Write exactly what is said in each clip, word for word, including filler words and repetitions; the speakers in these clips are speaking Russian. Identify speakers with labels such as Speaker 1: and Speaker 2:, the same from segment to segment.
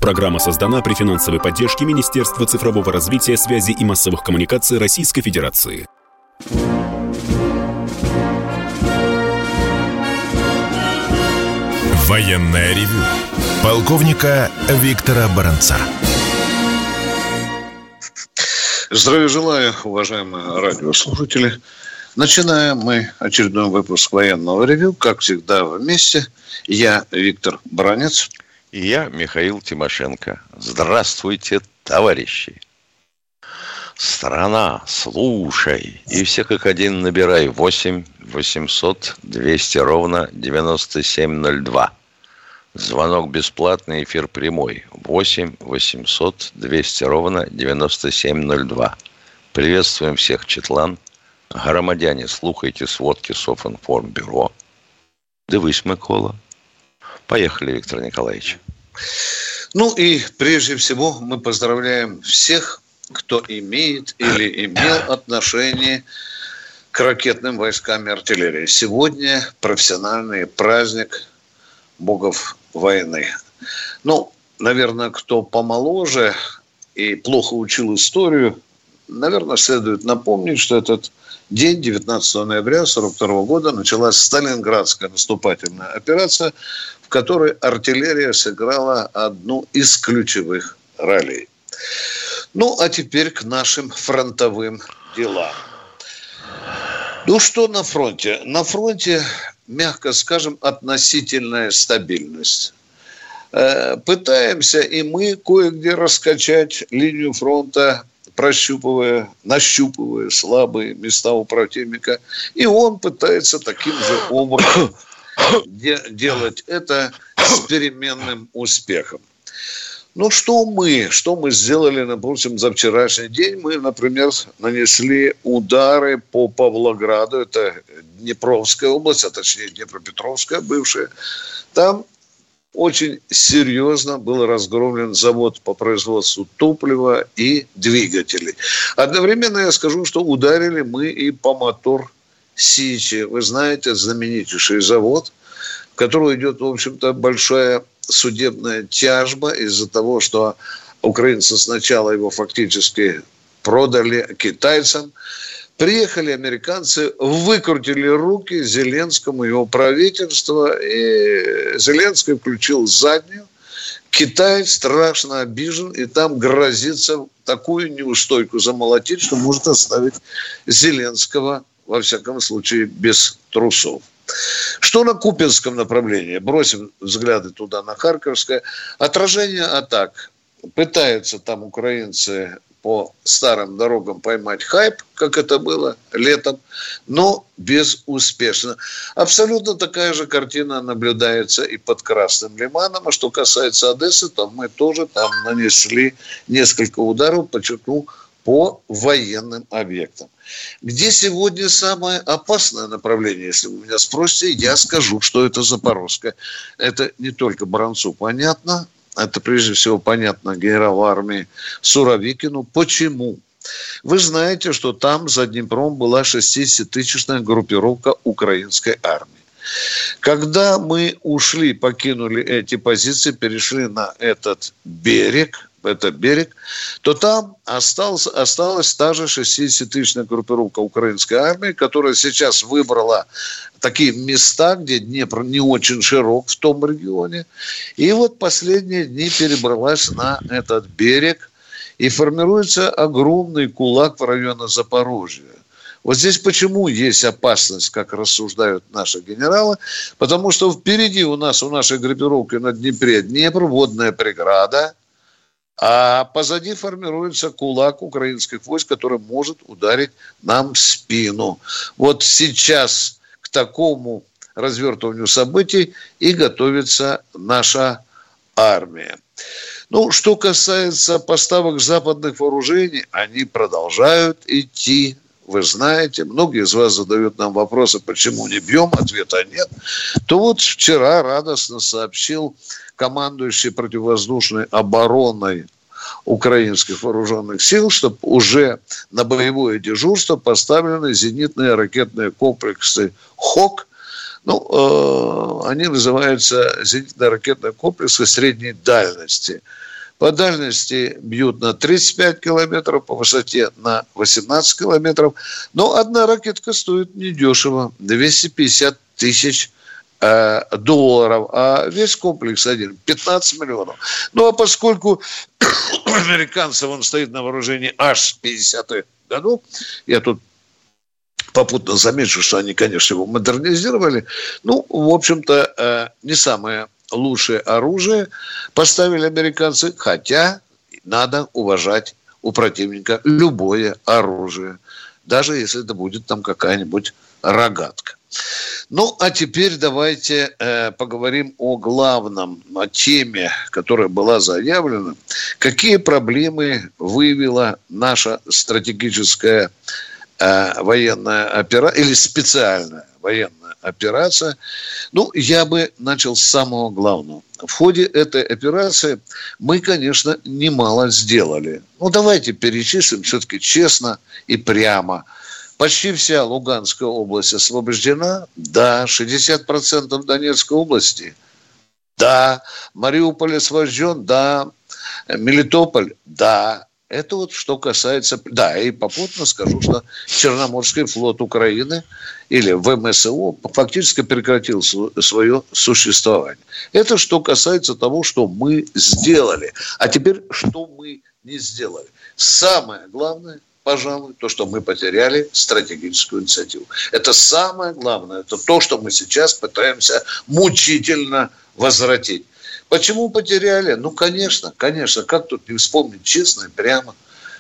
Speaker 1: Программа создана при финансовой поддержке Министерства цифрового развития, связи и массовых коммуникаций Российской Федерации.
Speaker 2: Военное ревю полковника Виктора Баранца.
Speaker 3: Здравия желаю, уважаемые радиослушатели. Начинаем мы очередной выпуск военного ревю. Как всегда, вместе. Я Виктор Баранец.
Speaker 4: И я Михаил Тимошенко. Здравствуйте, товарищи. Страна, слушай. И все как один набирай. восемь восемьсот двести ровно девяносто семь ноль два. Звонок бесплатный, эфир прямой. восемь восемьсот двести ровно девяносто семь ноль два. Приветствуем всех, Четлан. Громадяне, слухайте сводки Софинформбюро. Дивись, Микола. Поехали, Виктор Николаевич.
Speaker 3: Ну и прежде всего мы поздравляем всех, кто имеет или имел отношение к ракетным войскам и артиллерии. Сегодня профессиональный праздник богов войны. Ну, наверное, кто помоложе и плохо учил историю, наверное, следует напомнить, что этот день, девятнадцатого ноября сорок второго года, началась Сталинградская наступательная операция, в которой артиллерия сыграла одну из ключевых ролей. Ну, а теперь к нашим фронтовым делам. Ну, что на фронте? На фронте, мягко скажем, относительная стабильность. Пытаемся и мы кое-где раскачать линию фронта, прощупывая, нащупывая слабые места у противника. И он пытается таким же образом де- делать это с переменным успехом. Ну, что мы, что мы сделали, допустим, за вчерашний день? Мы, например, нанесли удары по Павлограду, это Днепровская область, а точнее Днепропетровская бывшая. Там очень серьезно был разгромлен завод по производству топлива и двигателей. Одновременно я скажу, что ударили мы и по мотор Сичи. Вы знаете, знаменитейший завод, в который идет, в общем-то, большая судебная тяжба из-за того, что украинцы сначала его фактически продали китайцам. Приехали американцы, выкрутили руки Зеленскому, его правительству, и Зеленский включил заднюю. Китай страшно обижен, и там грозится такую неустойку замолотить, что может оставить Зеленского, во всяком случае, без трусов. Что на Купинском направлении? Бросим взгляды туда, на Харьковское. Отражение атак. Пытаются там украинцы по старым дорогам поймать хайп, как это было летом, но безуспешно. Абсолютно такая же картина наблюдается и под Красным Лиманом. А что касается Одессы, то мы тоже там нанесли несколько ударов, подчеркну, по военным объектам. Где сегодня самое опасное направление, если вы меня спросите, я скажу, что это Запорожская. Это не только Баранцу понятно, это прежде всего понятно генералу армии Суровикину. Почему? Вы знаете, что там за Днепром была шестидесятитысячная группировка украинской армии. Когда мы ушли, покинули эти позиции, перешли на этот берег, это берег, то там осталась, осталась та же шестидесятитысячная группировка украинской армии, которая сейчас выбрала такие места, где Днепр не очень широк в том регионе. И вот последние дни перебралась на этот берег, и формируется огромный кулак в районе Запорожья. Вот здесь почему есть опасность, как рассуждают наши генералы, потому что впереди у нас, у нашей группировки на Днепре, Днепр, водная преграда, а позади формируется кулак украинских войск, который может ударить нам в спину. Вот сейчас к такому развертыванию событий и готовится наша армия. Ну, что касается поставок западных вооружений, они продолжают идти. Вы знаете, многие из вас задают нам вопросы, почему не бьем, ответа нет. То вот вчера радостно сообщил командующий противовоздушной обороной украинских вооруженных сил, что уже на боевое дежурство поставлены зенитные ракетные комплексы «Хок». Ну, э, они называются зенитно-ракетные комплексы средней дальности. По дальности бьют на тридцать пять километров, по высоте на восемнадцать километров. Но одна ракетка стоит недешево, двести пятьдесят тысяч э, долларов, а весь комплекс один пятнадцать миллионов. Ну, а поскольку у американцев он стоит на вооружении аж с пятидесятых годов, я тут попутно замечу, что они, конечно, его модернизировали. Ну, в общем-то, э, не самое лучшее оружие поставили американцы, хотя надо уважать у противника любое оружие, даже если это будет там какая-нибудь рогатка. Ну, а теперь давайте э, поговорим о главном, о теме, которая была заявлена. Какие проблемы выявила наша стратегическая э, военная операция или специальная военная операция? Ну, я бы начал с самого главного. В ходе этой операции мы, конечно, немало сделали. Ну, давайте перечислим все-таки честно и прямо. Почти вся Луганская область освобождена. Да. шестьдесят процентов Донецкой области. Да. Мариуполь освобожден. Да. Мелитополь. Да. Это вот что касается... Да, и попутно скажу, что Черноморский флот Украины или ВМСО фактически прекратил свое существование. Это что касается того, что мы сделали. А теперь, что мы не сделали. Самое главное, пожалуй, то, что мы потеряли стратегическую инициативу. Это самое главное. Это то, что мы сейчас пытаемся мучительно возвратить. Почему потеряли? Ну, конечно, конечно, как тут не вспомнить честно и прямо.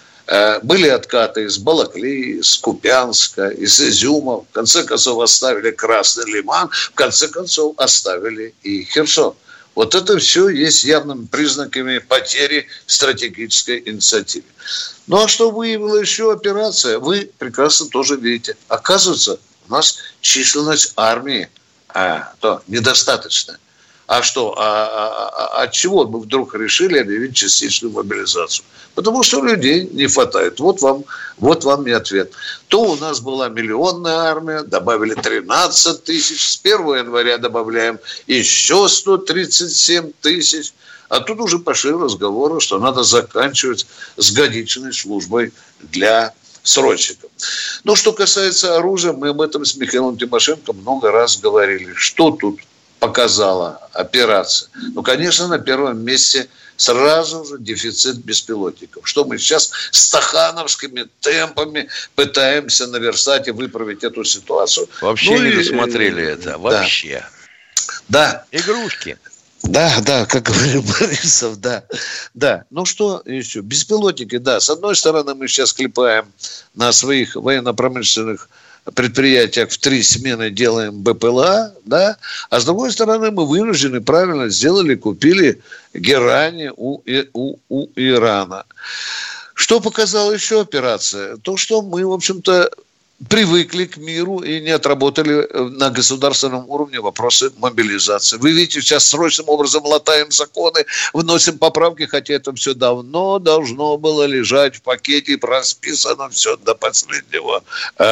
Speaker 3: Э, были откаты из Балаклеи, из Купянска, из Изюма. В конце концов оставили Красный Лиман. В конце концов оставили и Херсон. Вот это все есть явными признаками потери стратегической инициативы. Ну, а что выявила еще операция? Вы прекрасно тоже видите. Оказывается, у нас численность армии а, то недостаточная. А что, а, а, а от чего мы вдруг решили объявить частичную мобилизацию? Потому что людей не хватает. Вот вам, вот вам и ответ. То у нас была миллионная армия, добавили тринадцать тысяч, с первого января добавляем еще сто тридцать семь тысяч. А тут уже пошли разговоры, что надо заканчивать с годичной службой для срочников. Ну, что касается оружия, мы об этом с Михаилом Тимошенко много раз говорили. Что тут показала операция? Ну, конечно, на первом месте сразу же дефицит беспилотников. Что мы сейчас стахановскими темпами пытаемся наверстать и выправить эту ситуацию.
Speaker 4: Вообще
Speaker 3: ну,
Speaker 4: не
Speaker 3: и,
Speaker 4: досмотрели это.
Speaker 3: Да.
Speaker 4: Вообще.
Speaker 3: Да.
Speaker 4: Игрушки.
Speaker 3: Да, да, как говорил Борисов, да. Да. Ну что еще? Беспилотники, да. С одной стороны, мы сейчас клепаем на своих военно-промышленных предприятиях в три смены делаем БПЛА, да, а с другой стороны мы вынуждены, правильно сделали, купили герани у, у, у Ирана. Что показала еще операция? То, что мы, в общем-то, привыкли к миру и не отработали на государственном уровне вопросы мобилизации. Вы видите, сейчас срочным образом латаем законы, вносим поправки, хотя это все давно должно было лежать в пакете и расписано все до последнего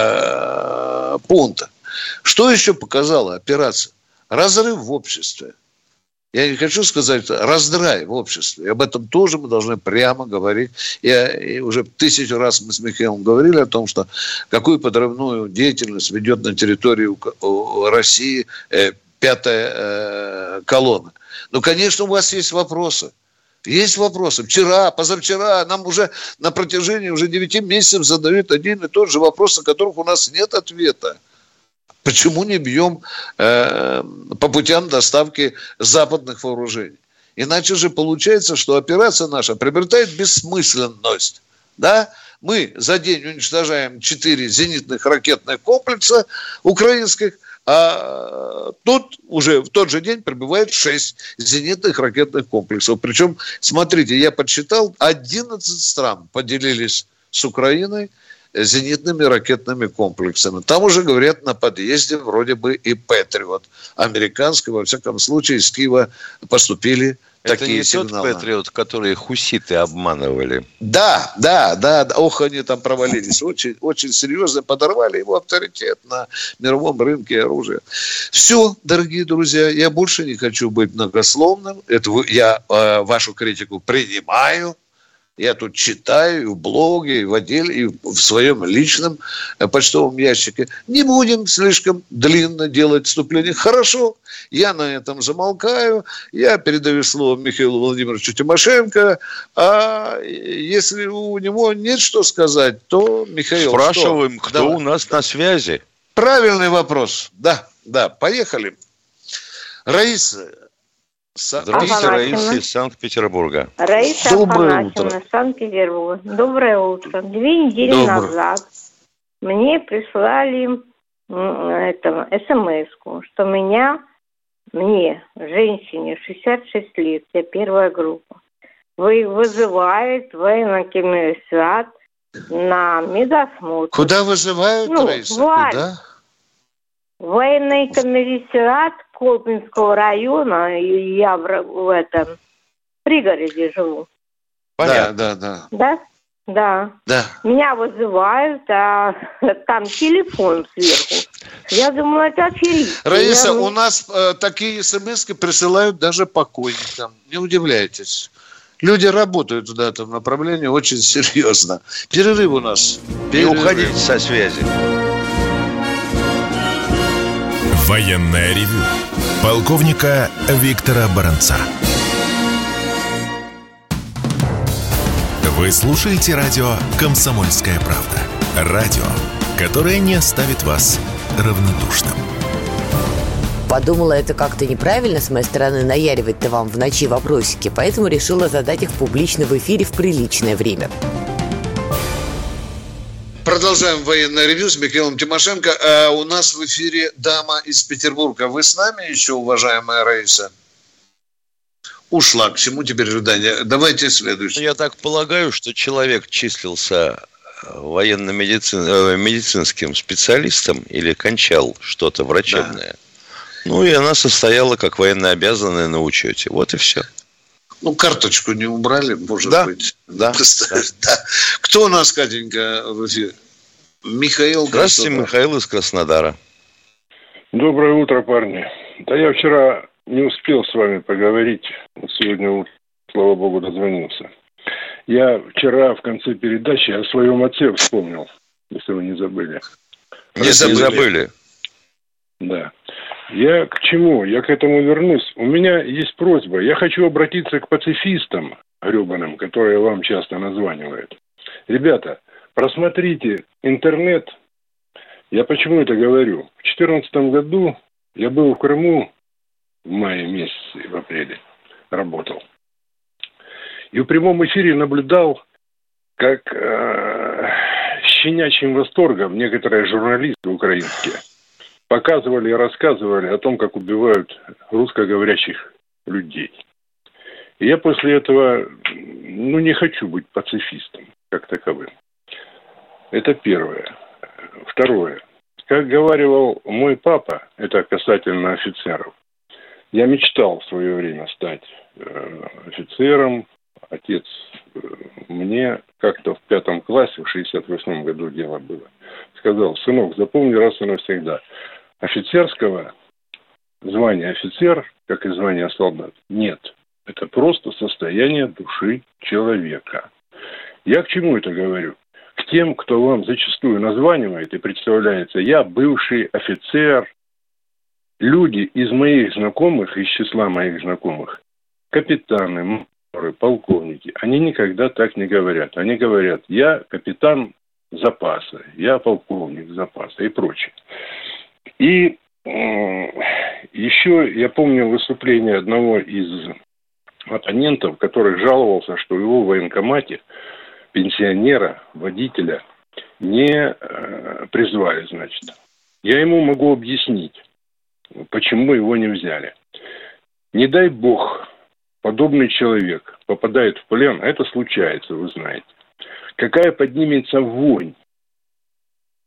Speaker 3: э, пункта. Что еще показала операция? Разрыв в обществе. Я не хочу сказать раздрай в обществе. И об этом тоже мы должны прямо говорить. Я, и уже тысячу раз мы с Михаилом говорили о том, что какую подрывную деятельность ведет на территории России э, пятая э, колонна. Ну, конечно, у вас есть вопросы. Есть вопросы. Вчера, позавчера нам уже на протяжении уже девяти месяцев задают один и тот же вопрос, на которых у нас нет ответа. Почему не бьем э, по путям доставки западных вооружений? Иначе же получается, что операция наша приобретает бессмысленность. Да? Мы за день уничтожаем четыре зенитных ракетных комплекса украинских, а тут уже в тот же день прибывает шесть зенитных ракетных комплексов. Причем, смотрите, я подсчитал, одиннадцать стран поделились с Украиной зенитными ракетными комплексами. Там уже, говорят, на подъезде вроде бы и «Патриот». Американский, во всяком случае, из Киева поступили
Speaker 4: Это
Speaker 3: такие
Speaker 4: не
Speaker 3: сигналы.
Speaker 4: тот «Патриот», который хуситы обманывали.
Speaker 3: Да, да, да, да. Ох, они там провалились. Очень, очень серьезно подорвали его авторитет на мировом рынке оружия. Все, дорогие друзья, я больше не хочу быть многословным. Это я э, вашу критику принимаю. Я тут читаю и в блоге, и в отделе, и в своем личном почтовом ящике. Не будем слишком длинно делать вступление. Хорошо, я на этом замолкаю. Я передаю слово Михаилу Владимировичу Тимошенко. А если у него нет что сказать, то Михаил...
Speaker 4: Спрашиваем,
Speaker 3: что?
Speaker 4: кто
Speaker 3: Давай.
Speaker 4: у нас на связи.
Speaker 3: Правильный вопрос. Да, да, поехали. Раиса...
Speaker 4: Здравствуйте,
Speaker 5: Афанасьевна.
Speaker 4: Раиса из Санкт-Петербурга.
Speaker 5: Раиса
Speaker 3: Доброе
Speaker 5: Афанасьевна,
Speaker 3: утро.
Speaker 5: Санкт-Петербург. Доброе утро. Две недели
Speaker 3: Доброе.
Speaker 5: назад мне прислали это, смс-ку, что меня, мне, женщине, шестьдесят шесть лет, я первая группа, вы вызывает военный комиссариат на медосмотр.
Speaker 3: Куда вызывают,
Speaker 5: Ну,
Speaker 3: Раиса?
Speaker 5: Валь.
Speaker 3: Куда?
Speaker 5: Военный комиссариат Колпинского района, и я в, в этом пригороде живу.
Speaker 4: Понятно.
Speaker 3: Да, да,
Speaker 5: Да? Да.
Speaker 3: да.
Speaker 5: Меня вызывают, а там телефон сверху. Я думаю, это аферисты.
Speaker 3: Раиса,
Speaker 5: Я,
Speaker 3: у нас э, такие смс-ки присылают даже покойникам. Не удивляйтесь. Люди работают в этом направлении очень серьезно. Перерыв у нас.
Speaker 4: Не
Speaker 3: Перерыв.
Speaker 4: уходите со связи.
Speaker 2: Военное ревю полковника Виктора Баранца. Вы слушаете радио «Комсомольская правда». Радио, которое не оставит вас равнодушным.
Speaker 6: Подумала, это как-то неправильно с моей стороны наяривать-то вам в ночи вопросики, поэтому решила задать их публично в эфире в приличное время.
Speaker 3: Продолжаем военное ревью с Михаилом Тимошенко. А у нас в эфире дама из Петербурга. Вы с нами еще, уважаемая Раиса? Ушла. К чему теперь ожидание? Давайте следующий.
Speaker 4: Я так полагаю, что человек числился военно-медицинским специалистом или кончал что-то врачебное. Да. Ну, и она состояла как военнообязанная на учете. Вот и все.
Speaker 3: Ну, карточку не убрали, может
Speaker 4: да.
Speaker 3: быть.
Speaker 4: Да.
Speaker 3: да. Кто у нас, Катенька, в эфире? Михаил.
Speaker 4: Здравствуйте, Краснодар. Михаил из Краснодара.
Speaker 7: Доброе утро, парни. Да я вчера не успел с вами поговорить. Сегодня утром, слава богу, дозвонился. Я вчера в конце передачи о своем отце вспомнил, если вы не забыли.
Speaker 4: Не забыли. Не забыли.
Speaker 7: Да. Я к чему? Я к этому вернусь. У меня есть просьба. Я хочу обратиться к пацифистам гребаным, которые вам часто названивают. Ребята, просмотрите интернет. Я почему это говорю? В две тысячи четырнадцатом году я был в Крыму в мае месяце, в апреле работал. И в прямом эфире наблюдал, как э, щенячьим восторгом некоторые журналисты украинские показывали и рассказывали о том, как убивают русскоговорящих людей. И я после этого, ну, не хочу быть пацифистом, как таковым. Это первое. Второе. Как говаривал мой папа, это касательно офицеров, я мечтал в свое время стать э, офицером. Отец э, мне как-то в пятом классе, в шестьдесят восьмом году дело было, сказал: сынок, запомни раз и навсегда, офицерского звания офицер, как и звания солдат, нет. Это просто состояние души человека. Я к чему это говорю? К тем, кто вам зачастую названивает и представляется: я бывший офицер. Люди из моих знакомых, из числа моих знакомых, капитаны, майоры, полковники, они никогда так не говорят. Они говорят: я капитан запаса, я полковник запаса и прочее. И э, еще я помню выступление одного из оппонентов, который жаловался, что его в военкомате пенсионера, водителя не э, призвали, значит. Я ему могу объяснить, почему его не взяли. Не дай бог, подобный человек попадает в плен, а это случается, вы знаете. Какая поднимется вонь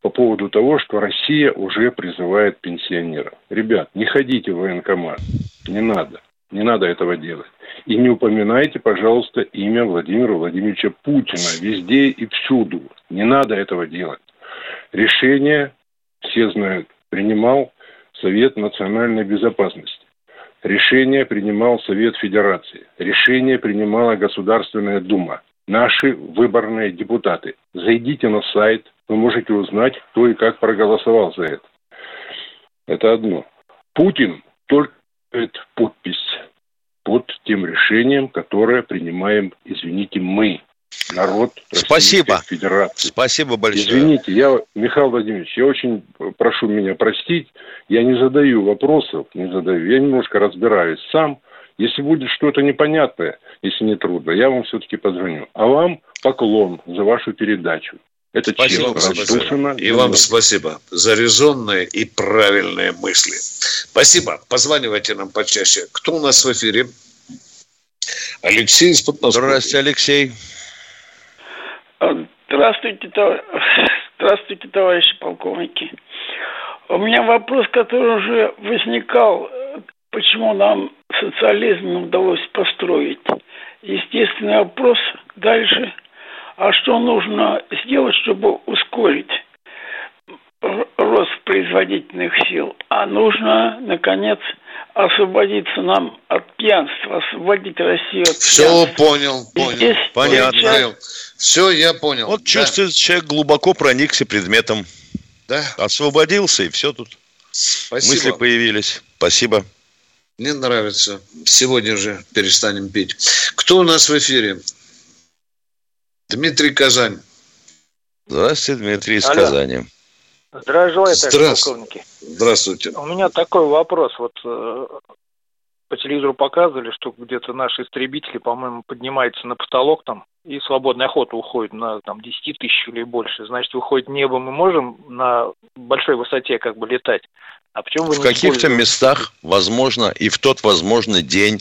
Speaker 7: по поводу того, что Россия уже призывает пенсионеров. Ребят, не ходите в военкомат. Не надо. Не надо этого делать. И не упоминайте, пожалуйста, имя Владимира Владимировича Путина везде и всюду. Не надо этого делать. Решение, все знают, принимал Совет национальной безопасности. Решение принимал Совет Федерации. Решение принимала Государственная Дума. Наши выборные депутаты. Зайдите на сайт, вы можете узнать, кто и как проголосовал за это. Это одно. Путин только подпись под тем решением, которое принимаем, извините, мы, народ
Speaker 4: Спасибо.
Speaker 7: Российской Федерации.
Speaker 4: Спасибо большое.
Speaker 7: Извините, я, Михаил Владимирович, я очень прошу меня простить, я не задаю вопросов, не задаю, я немножко разбираюсь сам. Если будет что-то непонятное, если не трудно, я вам все-таки позвоню. А вам поклон за вашу передачу. Это
Speaker 3: спасибо,
Speaker 7: честно, раздушено.
Speaker 3: И вам много. Спасибо за резонные и правильные мысли. Спасибо. Позванивайте нам почаще. Кто у нас в эфире? Алексей из Подмосковья.
Speaker 4: Здравствуйте, Алексей.
Speaker 8: Здравствуйте, товар... Здравствуйте, товарищи полковники. У меня вопрос, который уже возникал, почему нам социализм не удалось построить. Естественный вопрос дальше. А что нужно сделать, чтобы ускорить рост производительных сил? А нужно, наконец, освободиться нам от пьянства, освободить Россию от
Speaker 3: Все
Speaker 8: пьянства.
Speaker 3: понял, понял.
Speaker 8: Здесь
Speaker 4: Понятно.
Speaker 3: Понял. Все, я понял.
Speaker 4: Вот
Speaker 3: да.
Speaker 4: чувствуется, человек глубоко проникся предметом.
Speaker 3: Да.
Speaker 4: Освободился, и все тут.
Speaker 3: Спасибо.
Speaker 4: Мысли появились. Спасибо.
Speaker 3: Мне нравится. Сегодня же перестанем пить. Кто у нас в эфире? Дмитрий, Казань.
Speaker 4: Здравствуйте, Дмитрий из
Speaker 9: Алло.
Speaker 4: Казани.
Speaker 9: Здравия желаю, товарищи
Speaker 3: Здравствуйте.
Speaker 9: полковники.
Speaker 3: Здравствуйте.
Speaker 9: У меня такой вопрос. Вот э, по телевизору показывали, что где-то наши истребители, по-моему, поднимаются на потолок там, и свободная охота уходит на там, десять тысяч или больше. Значит, выходит небо, мы можем на большой высоте как бы летать. А почему вы
Speaker 4: В
Speaker 9: не
Speaker 4: каких-то
Speaker 9: используете?
Speaker 4: местах, возможно, и в тот возможный день.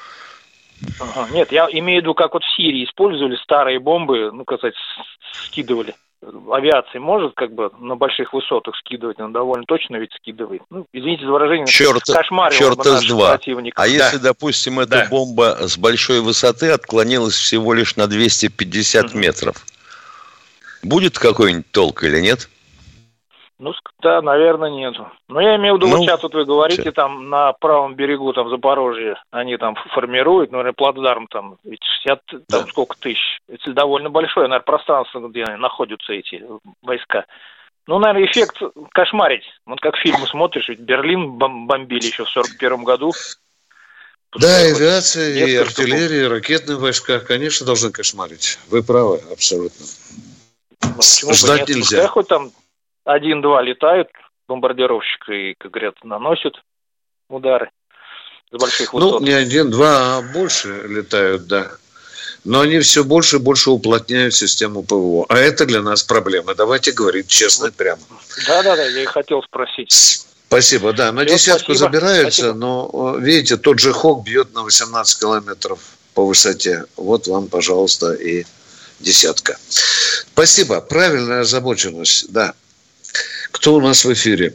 Speaker 9: Ага. Нет, я имею в виду, как вот в Сирии использовали старые бомбы, ну, как сказать, скидывали. Авиация может как бы на больших высотах скидывать, она довольно точно ведь скидывает. Ну, извините за выражение,
Speaker 4: Черт,
Speaker 9: кошмарил
Speaker 4: черт
Speaker 9: бы
Speaker 4: из
Speaker 9: наших
Speaker 4: два.
Speaker 9: противников.
Speaker 4: А
Speaker 3: Да.
Speaker 4: если, допустим, эта
Speaker 3: Да.
Speaker 4: бомба с большой высоты отклонилась всего лишь на двести пятьдесят
Speaker 9: Мгм.
Speaker 4: метров, будет какой-нибудь толк или нет?
Speaker 9: Ну, ск- да, наверное, нету. Но я имею в виду,
Speaker 4: Ну,
Speaker 9: вот сейчас вот вы говорите,
Speaker 4: всё.
Speaker 9: там на правом берегу, там, Запорожья, они там формируют, наверное, плацдарм там, ведь шестьдесят, там,
Speaker 3: Да.
Speaker 9: сколько тысяч. Это довольно большое, наверное, пространство, где находятся эти войска. Ну, наверное, эффект кошмарить. Вот как фильмы смотришь, ведь Берлин бом- бомбили еще в сорок первом году.
Speaker 3: Да, и
Speaker 9: Пускай хоть
Speaker 3: авиация, и
Speaker 9: несколько
Speaker 3: артиллерия, и ракетные войска, конечно, должны кошмарить. Вы правы, абсолютно.
Speaker 9: Ну, почему бы
Speaker 3: Ждать
Speaker 9: нет?
Speaker 3: нельзя.
Speaker 9: Пускай хоть там один-два летают, бомбардировщик, и, как говорят, наносят удары с больших
Speaker 3: Ну,
Speaker 9: высот.
Speaker 3: не один, два, а больше летают, да. Но они все больше и больше уплотняют систему ПВО. А это для нас проблема. Давайте говорить честно и прямо.
Speaker 9: Да-да-да, я и хотел спросить.
Speaker 3: Спасибо, да. На
Speaker 9: Всё,
Speaker 3: десятку
Speaker 9: спасибо.
Speaker 3: забираются,
Speaker 9: Спасибо.
Speaker 3: но, видите, тот же Хок бьет на восемнадцать километров по высоте. Вот вам, пожалуйста, и десятка. Спасибо. Правильная озабоченность, да. Кто у нас в эфире?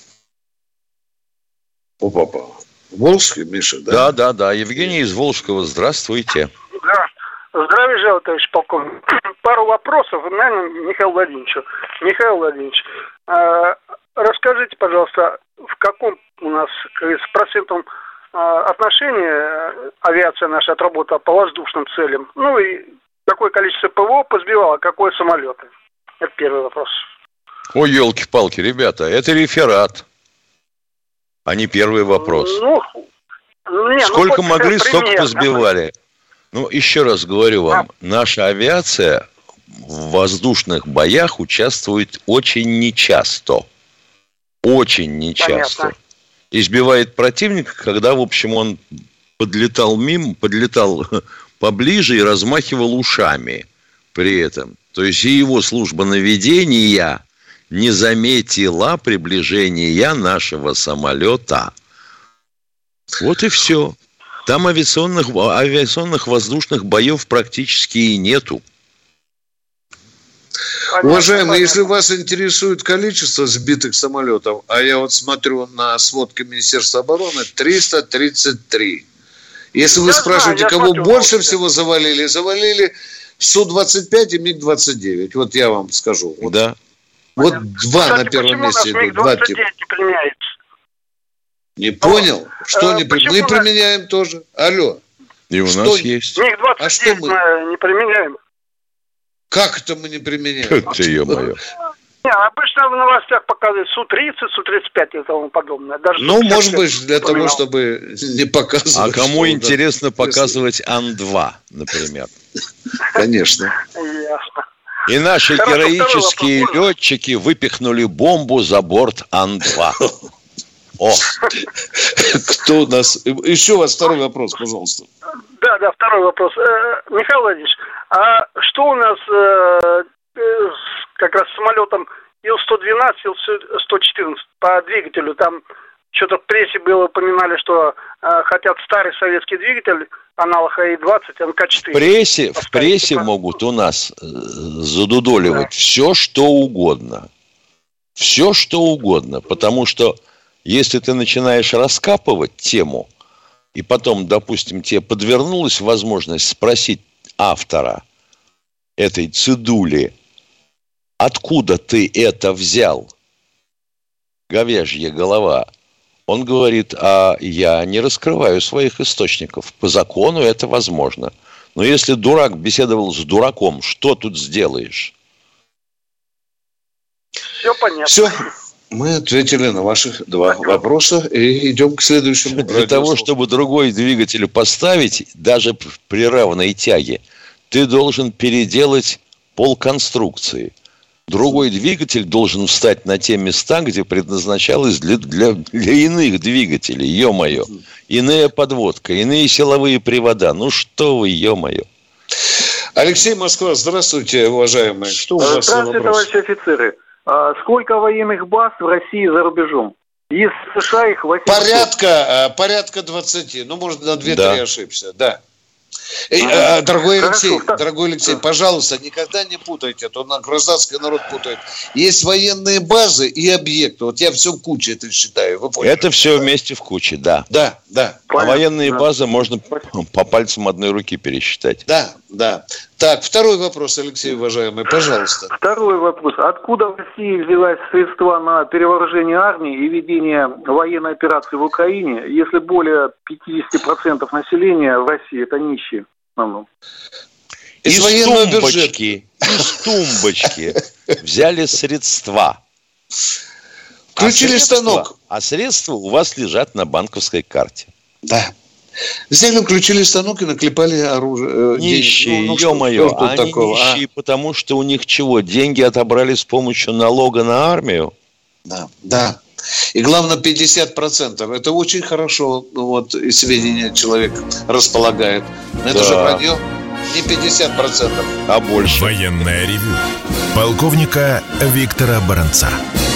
Speaker 3: О, папа. Волжский, Миша, да?
Speaker 4: Да, да, да. Евгений из Волжского, здравствуйте.
Speaker 10: Да. Здравия желаю, товарищ полковник. Пару вопросов, наверное, Михаилу Владимировичу. Михаил Владимирович, э, расскажите, пожалуйста, в каком у нас, как говорится, процентном э, отношении авиация наша отработала по воздушным целям? Ну и какое количество ПВО позбивало, какое самолеты? Это первый вопрос.
Speaker 4: Ой, елки-палки, ребята, это реферат, а не первый вопрос.
Speaker 10: Ну, не,
Speaker 4: Сколько
Speaker 10: ну,
Speaker 4: могли, столько
Speaker 10: примерно.
Speaker 4: позбивали. Ну, еще раз говорю вам, наша авиация в воздушных боях участвует очень нечасто. Очень нечасто.
Speaker 10: Понятно.
Speaker 4: Избивает противника, когда, в общем, он подлетал мимо, подлетал поближе и размахивал ушами при этом. То есть и его служба наведения не заметила приближения нашего самолета. Вот и все. Там авиационных, авиационных воздушных боев практически и нету.
Speaker 10: Понятно,
Speaker 3: Уважаемые,
Speaker 10: понятно.
Speaker 3: если вас интересует количество сбитых самолетов, а я вот смотрю на сводки Министерства обороны, триста тридцать три. Если вы
Speaker 10: Я
Speaker 3: спрашиваете,
Speaker 10: знаю, я
Speaker 3: кого
Speaker 10: смотрю,
Speaker 3: больше
Speaker 10: новости.
Speaker 3: всего завалили, завалили Су двадцать пять и Миг двадцать девять. Вот я вам скажу. Вот,
Speaker 4: Да.
Speaker 3: вот
Speaker 10: Понятно.
Speaker 3: два
Speaker 10: Кстати,
Speaker 3: на первом
Speaker 10: почему
Speaker 3: месте
Speaker 10: наш
Speaker 3: идут. Два
Speaker 10: Миг-двадцать
Speaker 3: типа.
Speaker 10: девять не применяется?
Speaker 3: Не понял? Что
Speaker 10: э,
Speaker 3: не при-
Speaker 10: почему
Speaker 3: Мы
Speaker 10: нас-
Speaker 3: применяем тоже. Алло.
Speaker 4: И у
Speaker 3: Что?
Speaker 4: нас есть.
Speaker 3: А что
Speaker 10: Миг-двадцать девять
Speaker 3: мы-
Speaker 10: мы не применяем.
Speaker 3: Как это мы не применяем?
Speaker 4: Это ё-моё.
Speaker 10: Не, обычно в новостях показывают Су тридцать, Су тридцать пять и тому подобное. Даже
Speaker 3: Ну,
Speaker 10: Су пятьдесят
Speaker 3: может
Speaker 10: пять
Speaker 3: быть, для того,
Speaker 10: поменял.
Speaker 3: чтобы не показывать.
Speaker 4: А кому
Speaker 3: что,
Speaker 4: интересно
Speaker 3: да,
Speaker 4: показывать Ан два, например?
Speaker 3: Конечно.
Speaker 10: Ясно.
Speaker 4: И наши
Speaker 10: Хорошо,
Speaker 4: героические
Speaker 10: второй вопрос.
Speaker 4: летчики выпихнули бомбу за борт Ан два. О,
Speaker 3: Кто у нас? Еще у вас второй вопрос, пожалуйста.
Speaker 10: Да, да, второй вопрос. Э, Михаил Владимирович, а что у нас э, э, с- как раз с самолетом Ил сто двенадцать, Ил сто четырнадцать по двигателю? Там что-то в прессе было, упоминали, что э, хотят старый советский двигатель, аналог А И двадцать, Н К
Speaker 4: в
Speaker 10: четыре.
Speaker 4: прессе, в
Speaker 10: Поставить,
Speaker 4: прессе
Speaker 10: типа.
Speaker 4: могут у нас э, задудоливать
Speaker 10: Да.
Speaker 4: все, что угодно. Все, что угодно. Потому что если ты начинаешь раскапывать тему, и потом, допустим, тебе подвернулась возможность спросить автора этой цедули, откуда ты это взял, говяжья голова, он говорит, а я не раскрываю своих источников. По закону это возможно. Но если дурак беседовал с дураком, что тут сделаешь?
Speaker 10: Все понятно.
Speaker 3: Все. Мы ответили на ваши два вопроса и идем к следующему.
Speaker 4: Для того, чтобы другой двигатель поставить, даже при равной тяге, ты должен переделать полконструкции. Другой двигатель должен встать на те места, где предназначалось для, для, для иных двигателей, ё-моё. Иная подводка, иные силовые привода. Ну что вы, ё-моё.
Speaker 3: Алексей, Москва, здравствуйте, уважаемые. Что у вас за
Speaker 9: Здравствуйте,
Speaker 3: вопрос?
Speaker 9: товарищи офицеры. А сколько военных баз в России за рубежом? Из США их восемьсот.
Speaker 3: Порядка, э, порядка двадцати. Ну, может, на две-три
Speaker 4: Да.
Speaker 3: ошибся. Да. Э,
Speaker 9: Ага.
Speaker 3: э, Дорогой
Speaker 9: Хорошо,
Speaker 3: Алексей,
Speaker 9: так.
Speaker 3: дорогой Алексей, пожалуйста, никогда не путайте, а то на гражданский народ путает. Есть военные базы и объекты. Вот я все в куче это считаю. Вы поняли?
Speaker 4: Это все вместе в куче, да.
Speaker 3: Да, да,
Speaker 4: А военные
Speaker 9: да.
Speaker 4: базы можно по пальцам одной руки пересчитать.
Speaker 3: да, да. Так, второй вопрос, Алексей, уважаемый, пожалуйста.
Speaker 9: Второй вопрос. Откуда в России взялись средства на перевооружение армии и ведение военной операции в Украине, если более пятьдесят процентов населения в России это нищие в основном?
Speaker 3: Из
Speaker 4: Из
Speaker 3: военного бюджета.
Speaker 4: тумбочки, из тумбочки взяли средства.
Speaker 3: Включили
Speaker 4: А средства-
Speaker 3: станок.
Speaker 4: А средства у вас лежат на банковской карте.
Speaker 3: Да. Взяли, включили станок и наклепали оружие. э,
Speaker 4: Нищие,
Speaker 3: денег. Ну, ну, что-
Speaker 4: ё-моё,
Speaker 3: что тут
Speaker 4: они
Speaker 3: такого, а?
Speaker 4: нищие, потому что у них чего? Деньги отобрали с помощью налога на армию?
Speaker 3: Да, да. И главное, пятьдесят процентов. Это очень хорошо, ну, вот, и сведения человек располагает. Но это
Speaker 4: Да.
Speaker 3: же вранье. Не пятьдесят процентов.
Speaker 4: А больше?
Speaker 2: Военное ревю полковника Виктора Баранца.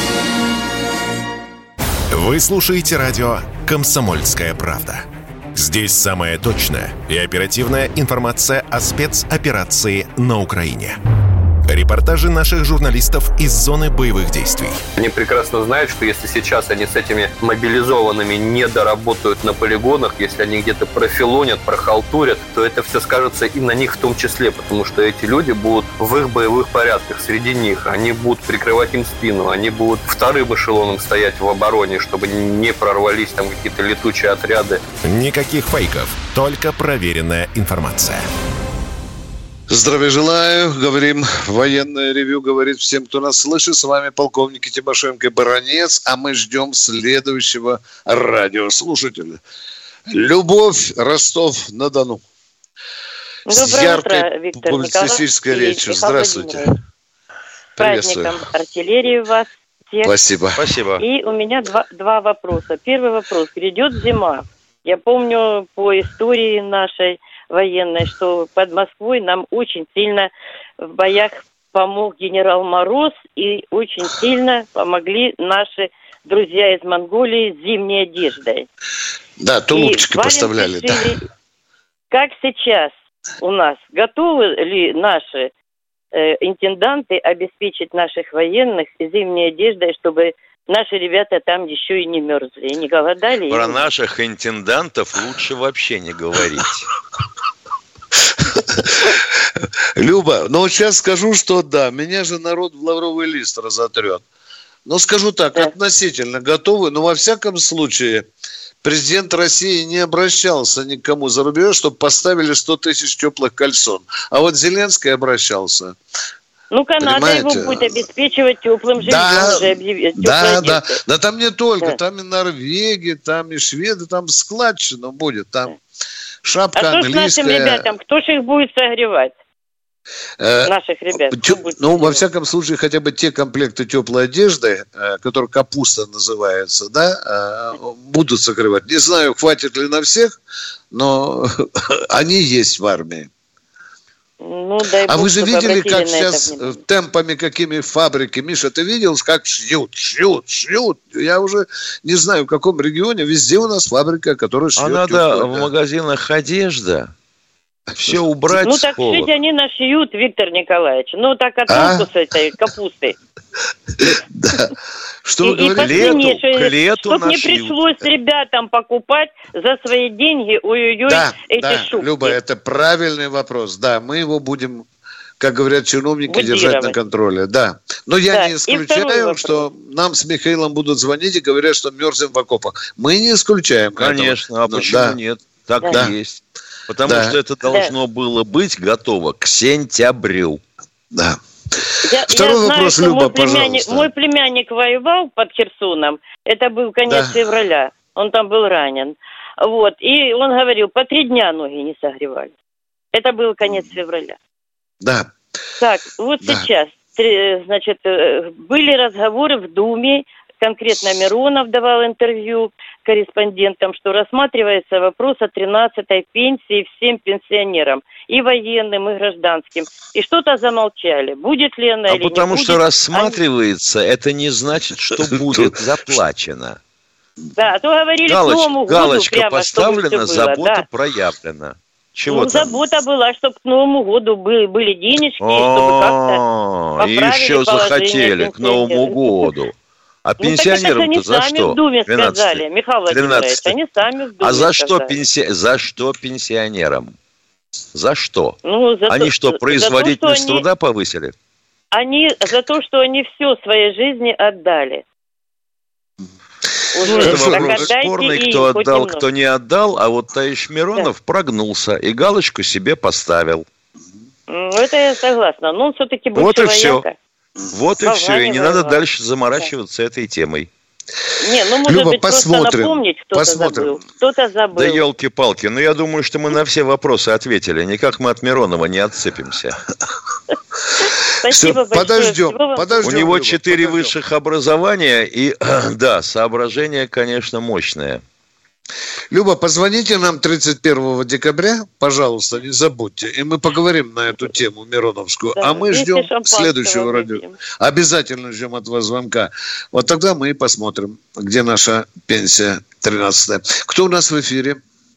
Speaker 2: Вы слушаете радио «Комсомольская правда». Здесь самая точная и оперативная информация о спецоперации на Украине. Репортажи наших журналистов из зоны боевых действий.
Speaker 11: Они прекрасно знают, что если сейчас они с этими мобилизованными не доработают на полигонах, если они где-то профилонят, прохалтурят, то это все скажется и на них в том числе, потому что эти люди будут в их боевых порядках среди них, они будут прикрывать им спину, они будут вторым эшелоном стоять в обороне, чтобы не прорвались там какие-то летучие отряды.
Speaker 2: Никаких фейков, только проверенная информация.
Speaker 3: Здравия желаю. Говорим военное ревю. Говорит всем, кто нас слышит. С вами полковник Тимошенко и Баранец. А мы ждем следующего радиослушателя. Любовь, Ростов-на-Дону. С
Speaker 5: Доброе
Speaker 3: яркой
Speaker 5: утро, Виктор
Speaker 3: публицистической
Speaker 5: Николаевич и
Speaker 3: речью.
Speaker 5: Михаил
Speaker 3: Здравствуйте.
Speaker 5: Владимирович. С
Speaker 3: Приветствую.
Speaker 5: праздником артиллерии вас всех.
Speaker 3: Спасибо.
Speaker 4: Спасибо.
Speaker 5: И у меня два, два вопроса. Первый вопрос. Грядет зима. Я помню по истории нашей военной, что под Москвой нам очень сильно в боях помог генерал Мороз, и очень сильно помогли наши друзья из Монголии с зимней одеждой.
Speaker 3: Да, тулупчики
Speaker 5: И валенки
Speaker 3: поставляли. Да.
Speaker 5: шили. Как сейчас у нас? Готовы ли наши э, интенданты обеспечить наших военных зимней одеждой, чтобы наши ребята там еще и не мерзли, и не голодали.
Speaker 4: Про
Speaker 5: и...
Speaker 4: наших интендантов лучше вообще не говорить.
Speaker 3: Люба, ну вот сейчас скажу, что да, меня же народ в лавровый лист разотрет. Но скажу так, да. относительно готовы, но во всяком случае президент России не обращался никому за рубеж, чтобы поставили сто тысяч теплых кальсон. А вот Зеленский обращался.
Speaker 5: Ну, Канада его будет обеспечивать теплым жильем.
Speaker 3: Да,
Speaker 5: уже объяв...
Speaker 3: да, да. Да там не только, да. там и Норвегия, там и Шведы, там складчина будет, там шапка
Speaker 5: а
Speaker 3: английская.
Speaker 5: А что с нашим ребятам? Кто же их будет согревать? Э, Наших ребят.
Speaker 3: Тё, ну, во всяком случае, хотя бы те комплекты теплой одежды, э, которые капуста называется, да, э, будут согревать. Не знаю, хватит ли на всех, но они есть в армии.
Speaker 5: Ну, дай
Speaker 3: а
Speaker 5: Бог,
Speaker 3: вы же видели, как сейчас
Speaker 5: это
Speaker 3: темпами какими фабрики, Миша, ты видел, как шьют, шьют, шьют? Я уже не знаю, в каком регионе, везде у нас фабрика, которая шьет.
Speaker 4: А надо в магазинах одежда все убрать.
Speaker 5: Ну, так шить они нашьют, Виктор Николаевич. Ну, так а толку с этой капустой?
Speaker 3: Да. Что вы
Speaker 4: говорите? К лету
Speaker 5: чтобы не пришлось ребятам покупать за свои деньги, ой-ой-ой, эти шубки.
Speaker 3: Люба, это правильный вопрос. Да, мы его будем, как говорят чиновники, держать на контроле. Да. Но я не исключаю, что нам с Михаилом будут звонить и говорят, что мерзнем в окопах. Мы не исключаем.
Speaker 4: Конечно, а почему нет? Так и есть. Потому да. что это должно да. было быть готово к сентябрю.
Speaker 3: Да.
Speaker 5: Я,
Speaker 3: Второй
Speaker 5: я
Speaker 3: вопрос,
Speaker 5: знаю,
Speaker 3: Люба,
Speaker 5: мой племянник,
Speaker 3: пожалуйста.
Speaker 5: Мой племянник воевал под Херсоном. Это был конец да. февраля. Он там был ранен. Вот. И он говорил, по три дня ноги не согревали. Это был конец февраля.
Speaker 3: Да.
Speaker 5: Так, вот да. сейчас, значит, были разговоры в Думе. Конкретно Миронов давал интервью корреспондентам, что рассматривается вопрос о тринадцатой пенсии всем пенсионерам, и военным, и гражданским. И что-то замолчали. Будет ли она
Speaker 4: а
Speaker 5: или не будет.
Speaker 4: А потому что рассматривается, они... это не значит, что будет заплачено.
Speaker 5: Да, а то говорили
Speaker 4: Галоч,
Speaker 5: к Новому году
Speaker 4: галочка
Speaker 5: прямо,
Speaker 4: поставлена, забота
Speaker 5: да.
Speaker 4: проявлена. Чего
Speaker 5: ну,
Speaker 4: там?
Speaker 5: забота была, чтобы к Новому году были, были денежки, чтобы как-то поправили
Speaker 4: еще захотели к Новому году. А ну, пенсионерам-то за что?
Speaker 5: Они сами в Думе сказали, Михаил Владимирович, они сами в Думе
Speaker 4: А за
Speaker 5: сказали.
Speaker 4: что, пенси... за что пенсионерам? За что?
Speaker 5: Ну, за
Speaker 4: они
Speaker 5: то,
Speaker 4: что, производительность
Speaker 5: за то, что
Speaker 4: труда
Speaker 5: они...
Speaker 4: повысили?
Speaker 5: Они за то, что они все своей жизни отдали.
Speaker 4: Уже. Это вопрос спорный, кто отдал, кто не отдал, а вот товарищ Миронов да. прогнулся и галочку себе поставил.
Speaker 5: Ну, это я согласна, но он все-таки бывший
Speaker 4: вот и все.
Speaker 5: вояка.
Speaker 4: Вот и все, и не надо дальше заморачиваться да. этой темой.
Speaker 5: Не, ну, может
Speaker 3: Люба,
Speaker 5: быть,
Speaker 3: посмотрим.
Speaker 5: просто напомнить, кто-то
Speaker 3: посмотрим.
Speaker 5: забыл. Кто-то забыл.
Speaker 4: Да елки-палки, ну я думаю, что мы на все вопросы ответили. Никак мы от Миронова не отцепимся.
Speaker 5: Спасибо большое.
Speaker 3: Подождем, подождем.
Speaker 4: У него четыре высших образования и, да, соображения, конечно, мощные.
Speaker 3: Люба, позвоните нам тридцать первого декабря, пожалуйста, не забудьте, и мы поговорим на эту тему Мироновскую. Да, а мы ждем следующего радио. Обязательно ждем от вас звонка. Вот тогда мы и посмотрим, где наша пенсия тринадцатая. Кто у нас в эфире?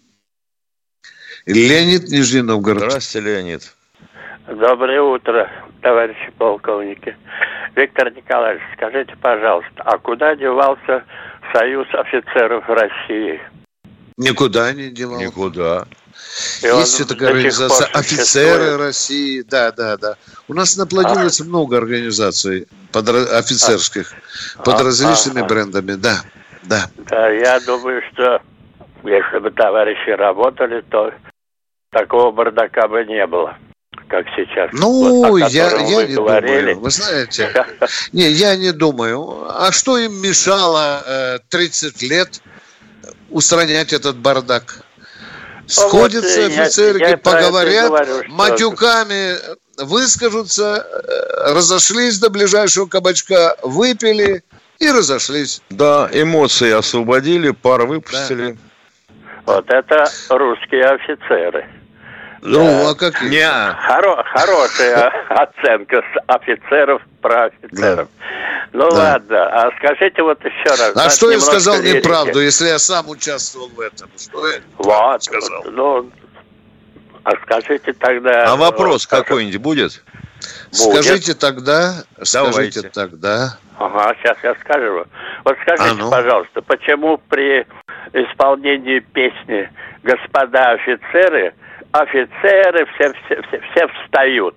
Speaker 3: Леонид, Нижний Новгород.
Speaker 4: Здравствуйте, Леонид.
Speaker 12: Доброе утро, товарищи полковники. Виктор Николаевич, скажите, пожалуйста, а куда девался Союз офицеров России?
Speaker 3: Никуда не девал.
Speaker 4: Никуда.
Speaker 3: И есть все такая организация «Офицеры России». Да, да, да. У нас наплодилось а. много организаций подра- офицерских а. под а. различными а. брендами. Да, да.
Speaker 12: Да, я думаю, что если бы товарищи работали, то такого бардака бы не было, как сейчас.
Speaker 3: Ну, вот, я, я не говорили. думаю. Вы знаете, не, я не думаю. А что им мешало э, тридцать лет устранять этот бардак? Сходятся вот, офицерки, я, я поговорят, говорю, матюками выскажутся, разошлись до ближайшего кабачка, выпили и разошлись.
Speaker 4: Да, эмоции освободили, пар выпустили.
Speaker 12: Да. Вот это русские офицеры.
Speaker 3: Ну, да. а как?
Speaker 4: Не.
Speaker 12: Хоро- хорошая оценка с офицеров про офицеров. Да. Ну да. ладно, а скажите вот еще раз.
Speaker 3: А что я сказал верите? Неправду, если я сам участвовал в этом? Что я
Speaker 12: вот,
Speaker 3: сказал?
Speaker 12: Ну, а скажите тогда...
Speaker 4: А вопрос вот, какой-нибудь будет?
Speaker 3: Скажите тогда, скажите
Speaker 12: Давайте.
Speaker 3: тогда.
Speaker 12: Ага, сейчас я скажу. Вот скажите,
Speaker 3: А ну.
Speaker 12: пожалуйста, почему при исполнении песни «Господа офицеры», офицеры все, все, все, все встают?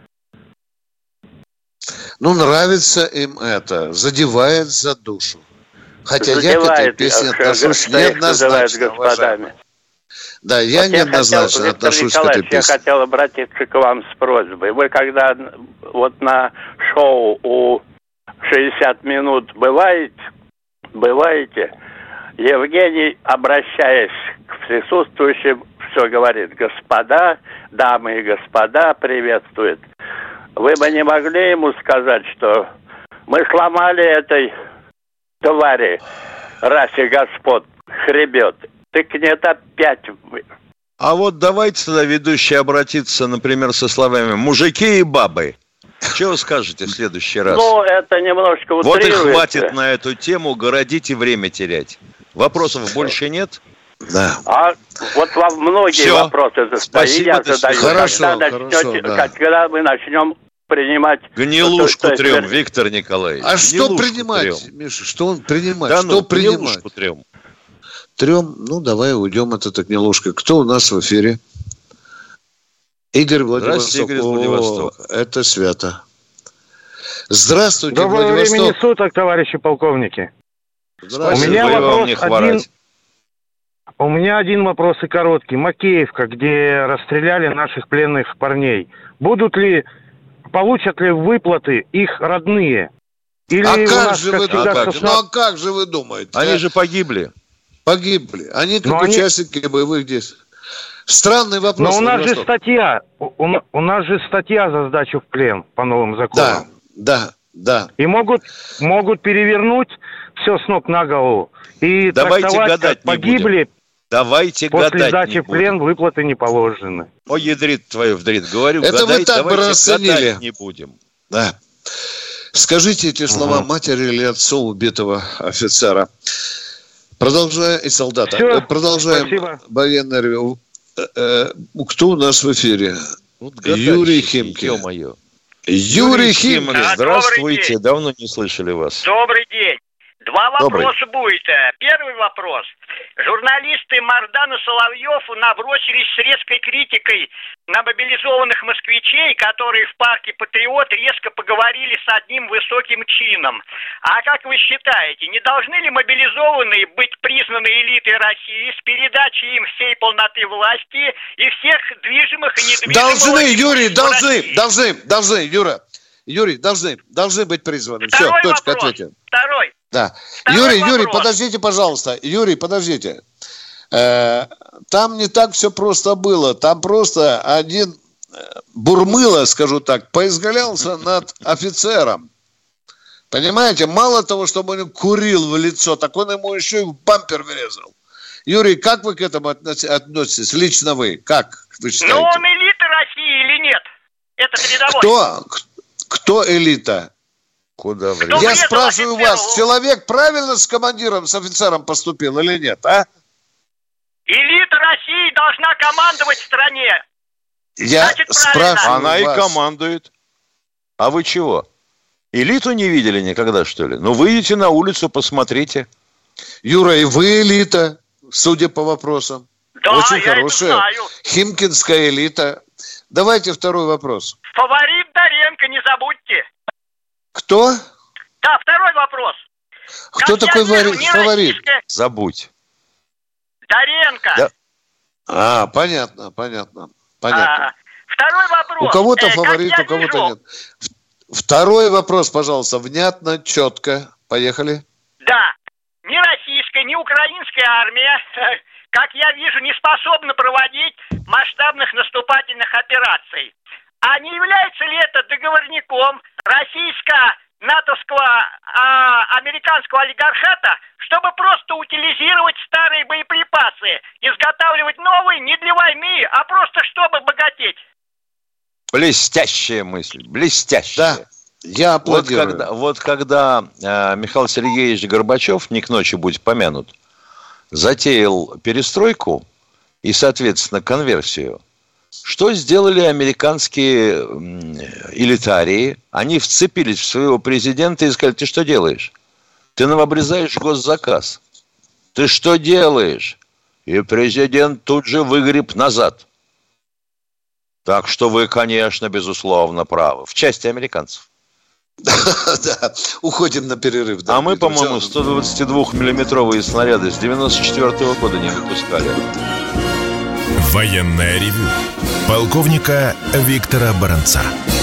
Speaker 3: Ну, нравится им это, задевает за душу. Хотя
Speaker 12: Задевает,
Speaker 3: я к этой песне отношусь
Speaker 12: что их называют
Speaker 3: неоднозначно,
Speaker 12: господами.
Speaker 3: уважаемый. Да, я
Speaker 12: Вот
Speaker 3: неоднозначно
Speaker 12: я хотел,
Speaker 3: отношусь
Speaker 12: Виктор
Speaker 3: к этой
Speaker 12: Николаевич, я
Speaker 3: песне.
Speaker 12: хотел обратиться к вам с просьбой. Вы когда вот на шоу у шестьдесят минут бываете, бываете, Евгений, обращаясь к присутствующим, все говорит: господа, дамы и господа, приветствует. Вы бы не могли ему сказать, что мы сломали этой твари, расе господ, хребет. Так нет, опять вы.
Speaker 13: А вот давайте тогда ведущий обратиться, например, со словами «мужики и бабы». Что вы скажете в следующий раз?
Speaker 12: Ну, это немножко
Speaker 13: Вот и
Speaker 12: утрируется.
Speaker 13: хватит на эту тему городить и время терять. Вопросов больше нет?
Speaker 3: Да.
Speaker 12: А вот вам многие
Speaker 13: Всё.
Speaker 12: вопросы задаю,
Speaker 13: Спасибо,
Speaker 12: я
Speaker 13: до
Speaker 12: задаю.
Speaker 3: Хорошо,
Speaker 12: когда,
Speaker 3: хорошо,
Speaker 12: начнете,
Speaker 3: да.
Speaker 12: когда мы начнем принимать...
Speaker 13: Гнилушку
Speaker 12: то есть,
Speaker 13: трем,
Speaker 12: вер-
Speaker 13: Виктор Николаевич.
Speaker 3: А что
Speaker 13: Гнилушку
Speaker 3: принимать,
Speaker 13: трем.
Speaker 3: Миша? Что он принимать?
Speaker 13: Да
Speaker 3: что
Speaker 13: ну,
Speaker 3: принимать?
Speaker 13: гнилушку трем.
Speaker 3: Трем, ну давай уйдем от этой гнилушки. Кто у нас в эфире? Игорь Владивосток.
Speaker 13: Здравствуйте, Игорь из Владивостока.
Speaker 3: О, это свято. Здравствуйте,
Speaker 14: Доброго
Speaker 3: Владивосток.
Speaker 14: времени суток, товарищи полковники.
Speaker 3: Здравствуйте.
Speaker 14: У меня
Speaker 13: Спасибо,
Speaker 14: вопрос
Speaker 13: вам не
Speaker 14: один.
Speaker 13: хворать.
Speaker 14: У меня один вопрос и короткий. Макеевка, где расстреляли наших пленных парней. Будут ли, получат ли выплаты их родные? Или
Speaker 3: А
Speaker 14: у
Speaker 3: как
Speaker 14: нас,
Speaker 3: же
Speaker 14: как
Speaker 3: вы
Speaker 14: всегда,
Speaker 3: думаете?
Speaker 14: сосна-
Speaker 3: Ну а как же вы думаете?
Speaker 13: Они
Speaker 3: а?
Speaker 13: же погибли.
Speaker 3: Погибли. Они как
Speaker 14: Но они-
Speaker 3: участники боевых действий. Странный вопрос.
Speaker 14: Но у нас же
Speaker 3: Владивосток.
Speaker 14: статья, у, у- у нас же статья за сдачу в плен по новым
Speaker 3: Да,
Speaker 14: законам.
Speaker 3: да, да.
Speaker 14: И могут, могут перевернуть все с ног на голову. И
Speaker 13: Давайте
Speaker 14: трактовать,
Speaker 13: гадать
Speaker 14: как
Speaker 13: не
Speaker 14: погибли,
Speaker 13: будем. Давайте
Speaker 14: после
Speaker 13: гадать
Speaker 14: сдачи
Speaker 13: не
Speaker 14: в плен
Speaker 13: будем.
Speaker 14: выплаты не положены.
Speaker 13: О, ядрит твою вдрит. Говорю,
Speaker 3: Это вы
Speaker 13: гадайте,
Speaker 3: так бы
Speaker 13: давайте
Speaker 3: расценили.
Speaker 13: гадать не будем.
Speaker 3: Да. Скажите эти слова
Speaker 14: Ага.
Speaker 3: матери или отцу убитого офицера. Продолжая и солдата.
Speaker 14: Всё,
Speaker 3: Э, Продолжаем
Speaker 14: спасибо.
Speaker 3: военное ревю. Э, э, Кто у нас в эфире?
Speaker 13: Вот
Speaker 3: Юрий
Speaker 13: гадальщики,
Speaker 3: Химкин.
Speaker 13: ё-моё.
Speaker 3: Юрий Химкин.
Speaker 13: Химкин, здравствуйте. Давно не слышали вас.
Speaker 15: Добрый день. Два
Speaker 13: Добрый.
Speaker 15: вопроса будет. Первый вопрос. Журналисты Мардан и Соловьев набросились с резкой критикой на мобилизованных москвичей, которые в парке «Патриот» резко поговорили с одним высоким чином. А как вы считаете, не должны ли мобилизованные быть признаны элитой России с передачей им всей полноты власти и всех движимых и недвижимых...
Speaker 3: Должны, Юрий,
Speaker 15: имущества
Speaker 3: должны,
Speaker 15: России?
Speaker 3: должны, должны, Юра. Юрий, должны, должны быть призваны. Все,
Speaker 15: Второй
Speaker 3: точка,
Speaker 15: вопрос.
Speaker 3: ответим.
Speaker 15: Второй.
Speaker 3: Да.
Speaker 15: Второй
Speaker 3: Юрий,
Speaker 15: вопрос.
Speaker 3: Юрий, подождите, пожалуйста. Юрий, подождите. Э, Там не так все просто было. Там просто один э, бурмыло, скажу так, поизгалялся над офицером. Понимаете? Мало того, чтобы он курил в лицо, так он ему еще и в бампер врезал. Юрий, как вы к этому относ- относитесь? Лично вы? Как вы считаете?
Speaker 15: Ну, он элита России или нет? Это рядовой.
Speaker 3: Кто? Кто элита?
Speaker 13: Куда
Speaker 15: Кто
Speaker 3: Я
Speaker 15: врезал
Speaker 3: спрашиваю
Speaker 15: офицеру?
Speaker 3: вас, человек правильно с командиром, с офицером поступил или нет, а?
Speaker 15: Элита России должна командовать в стране.
Speaker 3: Я
Speaker 15: Значит, правильно.
Speaker 3: спрашиваю
Speaker 13: Она и
Speaker 3: вас.
Speaker 13: командует. А вы чего? Элиту не видели никогда, что ли? Ну, выйдите на улицу, посмотрите.
Speaker 3: Юра, и вы элита, судя по вопросам.
Speaker 15: Да,
Speaker 3: Очень
Speaker 15: я
Speaker 3: хорошая.
Speaker 15: это знаю.
Speaker 3: Химкинская элита. Давайте второй вопрос.
Speaker 15: Фаворит Доренко, не забудьте.
Speaker 3: Кто?
Speaker 15: Да, второй вопрос.
Speaker 3: Кто
Speaker 15: Как
Speaker 3: такой
Speaker 15: я вижу,
Speaker 3: вари-
Speaker 15: не
Speaker 3: фаворит?
Speaker 15: российская
Speaker 13: Забудь.
Speaker 15: Доренко.
Speaker 13: Да.
Speaker 3: А, понятно, понятно. Понятно.
Speaker 15: А, второй вопрос.
Speaker 3: У кого-то
Speaker 15: Э, как
Speaker 3: фаворит,
Speaker 15: я
Speaker 3: у кого-то
Speaker 15: вижу,
Speaker 3: нет. В- Второй вопрос, пожалуйста, внятно, четко. Поехали.
Speaker 15: Да, ни российская, ни украинская армия, как я вижу, не способна проводить масштабных наступательных операций. А не является ли это договорником российско-натовского а, американского олигархата, чтобы просто утилизировать старые боеприпасы, изготавливать новые не для войны, а просто чтобы богатеть?
Speaker 13: Блестящая мысль, блестящая.
Speaker 3: Да, я
Speaker 13: Вот
Speaker 3: аплодирую.
Speaker 13: когда, вот когда э, Михаил Сергеевич Горбачев, не к ночи будет помянут, затеял перестройку и, соответственно, конверсию, Что сделали американские элитарии? Они вцепились в своего президента и сказали: ты что делаешь? Ты нам обрезаешь госзаказ. Ты что делаешь? И президент тут же выгреб назад. Так что вы, конечно, безусловно правы. В части американцев.
Speaker 3: Да, уходим на перерыв.
Speaker 13: А мы, по-моему, сто двадцатидвухмиллиметровые снаряды с девяносто четвёртого года не выпускали.
Speaker 2: Военное ревю полковника Виктора Баранца.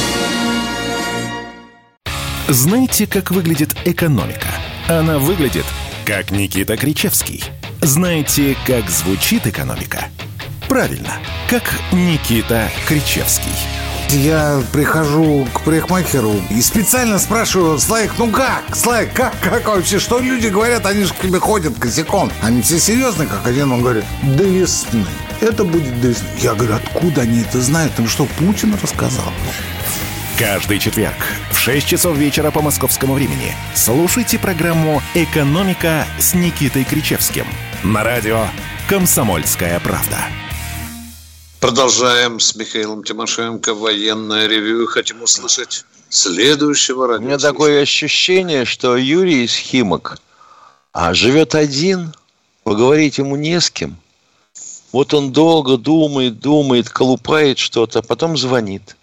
Speaker 1: Знаете, как выглядит экономика? Она выглядит, как Никита Кричевский. Знаете, как звучит экономика? Правильно, как Никита Кричевский.
Speaker 16: Я прихожу к парикмахеру и специально спрашиваю: Славик, ну как? Славик, как, как вообще? Что люди говорят? Они же к тебе ходят косяком. Они все серьезные, как один. Он говорит: до весны. Это будет до весны. Я говорю: откуда они это знают? Им что, Путин рассказал?
Speaker 1: Каждый четверг в шесть часов вечера по московскому времени слушайте программу «Экономика» с Никитой Кричевским на радио «Комсомольская правда».
Speaker 3: Продолжаем с Михаилом Тимошенко военное ревью. Хотим услышать следующего радио.
Speaker 13: У меня такое ощущение, что Юрий из Химок а живет один, поговорить ему не с кем. Вот он долго думает, думает, колупает что-то, а потом звонит.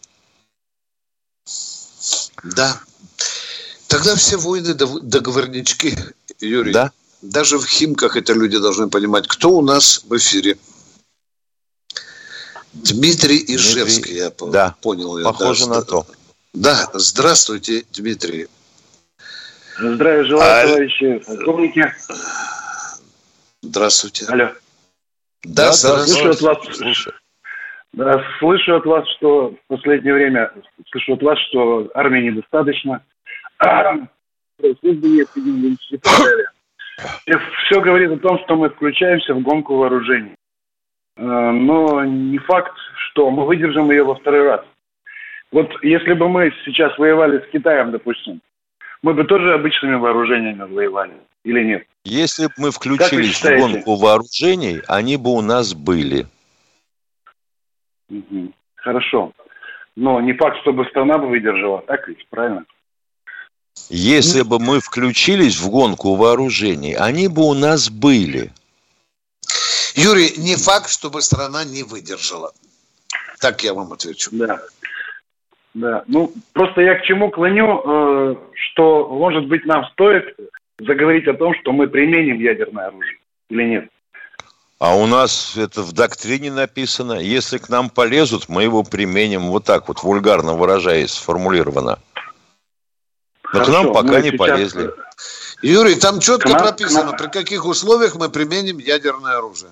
Speaker 3: Да. Тогда все воины договорнички, Юрий.
Speaker 13: Да.
Speaker 3: Даже в Химках это люди должны понимать, кто у нас в эфире. Дмитрий Ижевск, Дмитрий, я
Speaker 13: да,
Speaker 3: понял. Я,
Speaker 13: похоже
Speaker 3: да,
Speaker 13: на то.
Speaker 3: Да, здравствуйте, Дмитрий.
Speaker 17: Здравия желаю, а... товарищи полковники.
Speaker 3: Здравствуйте.
Speaker 17: Алло.
Speaker 3: Да,
Speaker 17: да
Speaker 3: здравствуйте.
Speaker 17: Слышу от вас, слышу. Да, слышу от вас, что в последнее время, слышу от вас, что армии недостаточно. Службы нет, и так далее. Все говорит о том, что мы включаемся в гонку вооружений. Но не факт, что мы выдержим ее во второй раз. Вот если бы мы сейчас воевали с Китаем, допустим, мы бы тоже обычными вооружениями воевали или нет?
Speaker 13: Если бы мы включились в гонку вооружений, они бы у нас были.
Speaker 17: Угу. Хорошо. Но не факт, чтобы страна бы выдержала, так ведь, правильно?
Speaker 13: Если бы мы включились в гонку вооружений, они бы у нас были.
Speaker 3: Юрий, не факт, чтобы страна не выдержала. Так я вам отвечу.
Speaker 17: Да. Да. Ну, просто я к чему клоню, э, что, может быть, нам стоит заговорить о том, что мы применим ядерное оружие или нет.
Speaker 13: А у нас это в доктрине написано. Если к нам полезут, мы его применим. Вот так вот, вульгарно выражаясь, сформулировано. Но
Speaker 3: Хорошо,
Speaker 13: к нам пока не
Speaker 3: сейчас...
Speaker 13: полезли.
Speaker 3: Юрий, там четко
Speaker 17: нам,
Speaker 3: прописано,
Speaker 17: нам...
Speaker 3: при каких условиях мы применим ядерное оружие.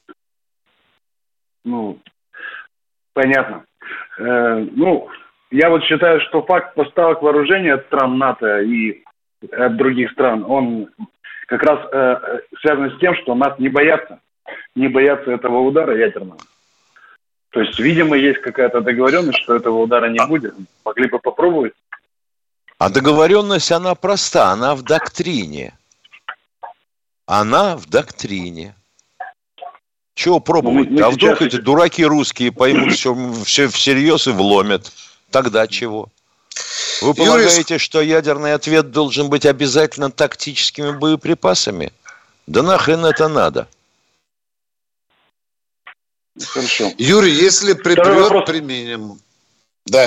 Speaker 17: Ну, понятно. Э, ну, я вот считаю, что факт поставок вооружений от стран НАТО и от других стран, он как раз э, связан с тем, что нас не боятся. Не боятся этого удара ядерного. То есть, видимо, есть какая-то договоренность, что этого удара не будет. Могли бы попробовать.
Speaker 13: А договоренность, она проста, она в доктрине. Она в доктрине. Чего пробовать?
Speaker 17: Мы, мы
Speaker 13: а вдруг
Speaker 17: сейчас...
Speaker 13: эти дураки русские поймут все, все всерьез и вломят? Тогда чего? Вы полагаете, что ядерный ответ должен быть обязательно тактическими боеприпасами? Да нахрен это надо?
Speaker 17: Хорошо.
Speaker 3: Юрий, если припрет, применим. Да.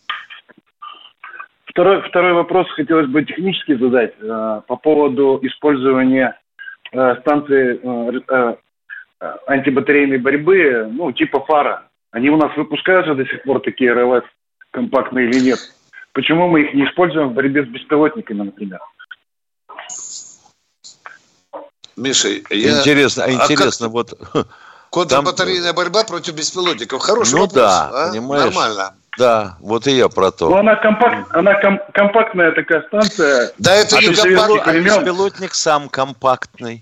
Speaker 17: Второй, второй вопрос хотелось бы технически задать э, по поводу использования э, станции э, э, антибатарейной борьбы, ну, типа ФАРа. Они у нас выпускаются до сих пор, такие РЛС компактные или нет? Почему мы их не используем в борьбе с беспилотниками, например?
Speaker 3: Миша, я...
Speaker 13: Интересно,
Speaker 3: а
Speaker 13: интересно,
Speaker 3: как...
Speaker 13: вот...
Speaker 3: Контрбатарейная там... борьба против беспилотников. Хороший
Speaker 13: ну,
Speaker 3: вопрос.
Speaker 13: Да,
Speaker 3: а?
Speaker 13: понимаешь?
Speaker 3: Нормально.
Speaker 13: Да, вот и я про то.
Speaker 17: Ну, она, компакт, она ком, компактная такая станция.
Speaker 3: Да, это
Speaker 13: а
Speaker 3: не
Speaker 13: беспилот, а беспилотник сам компактный.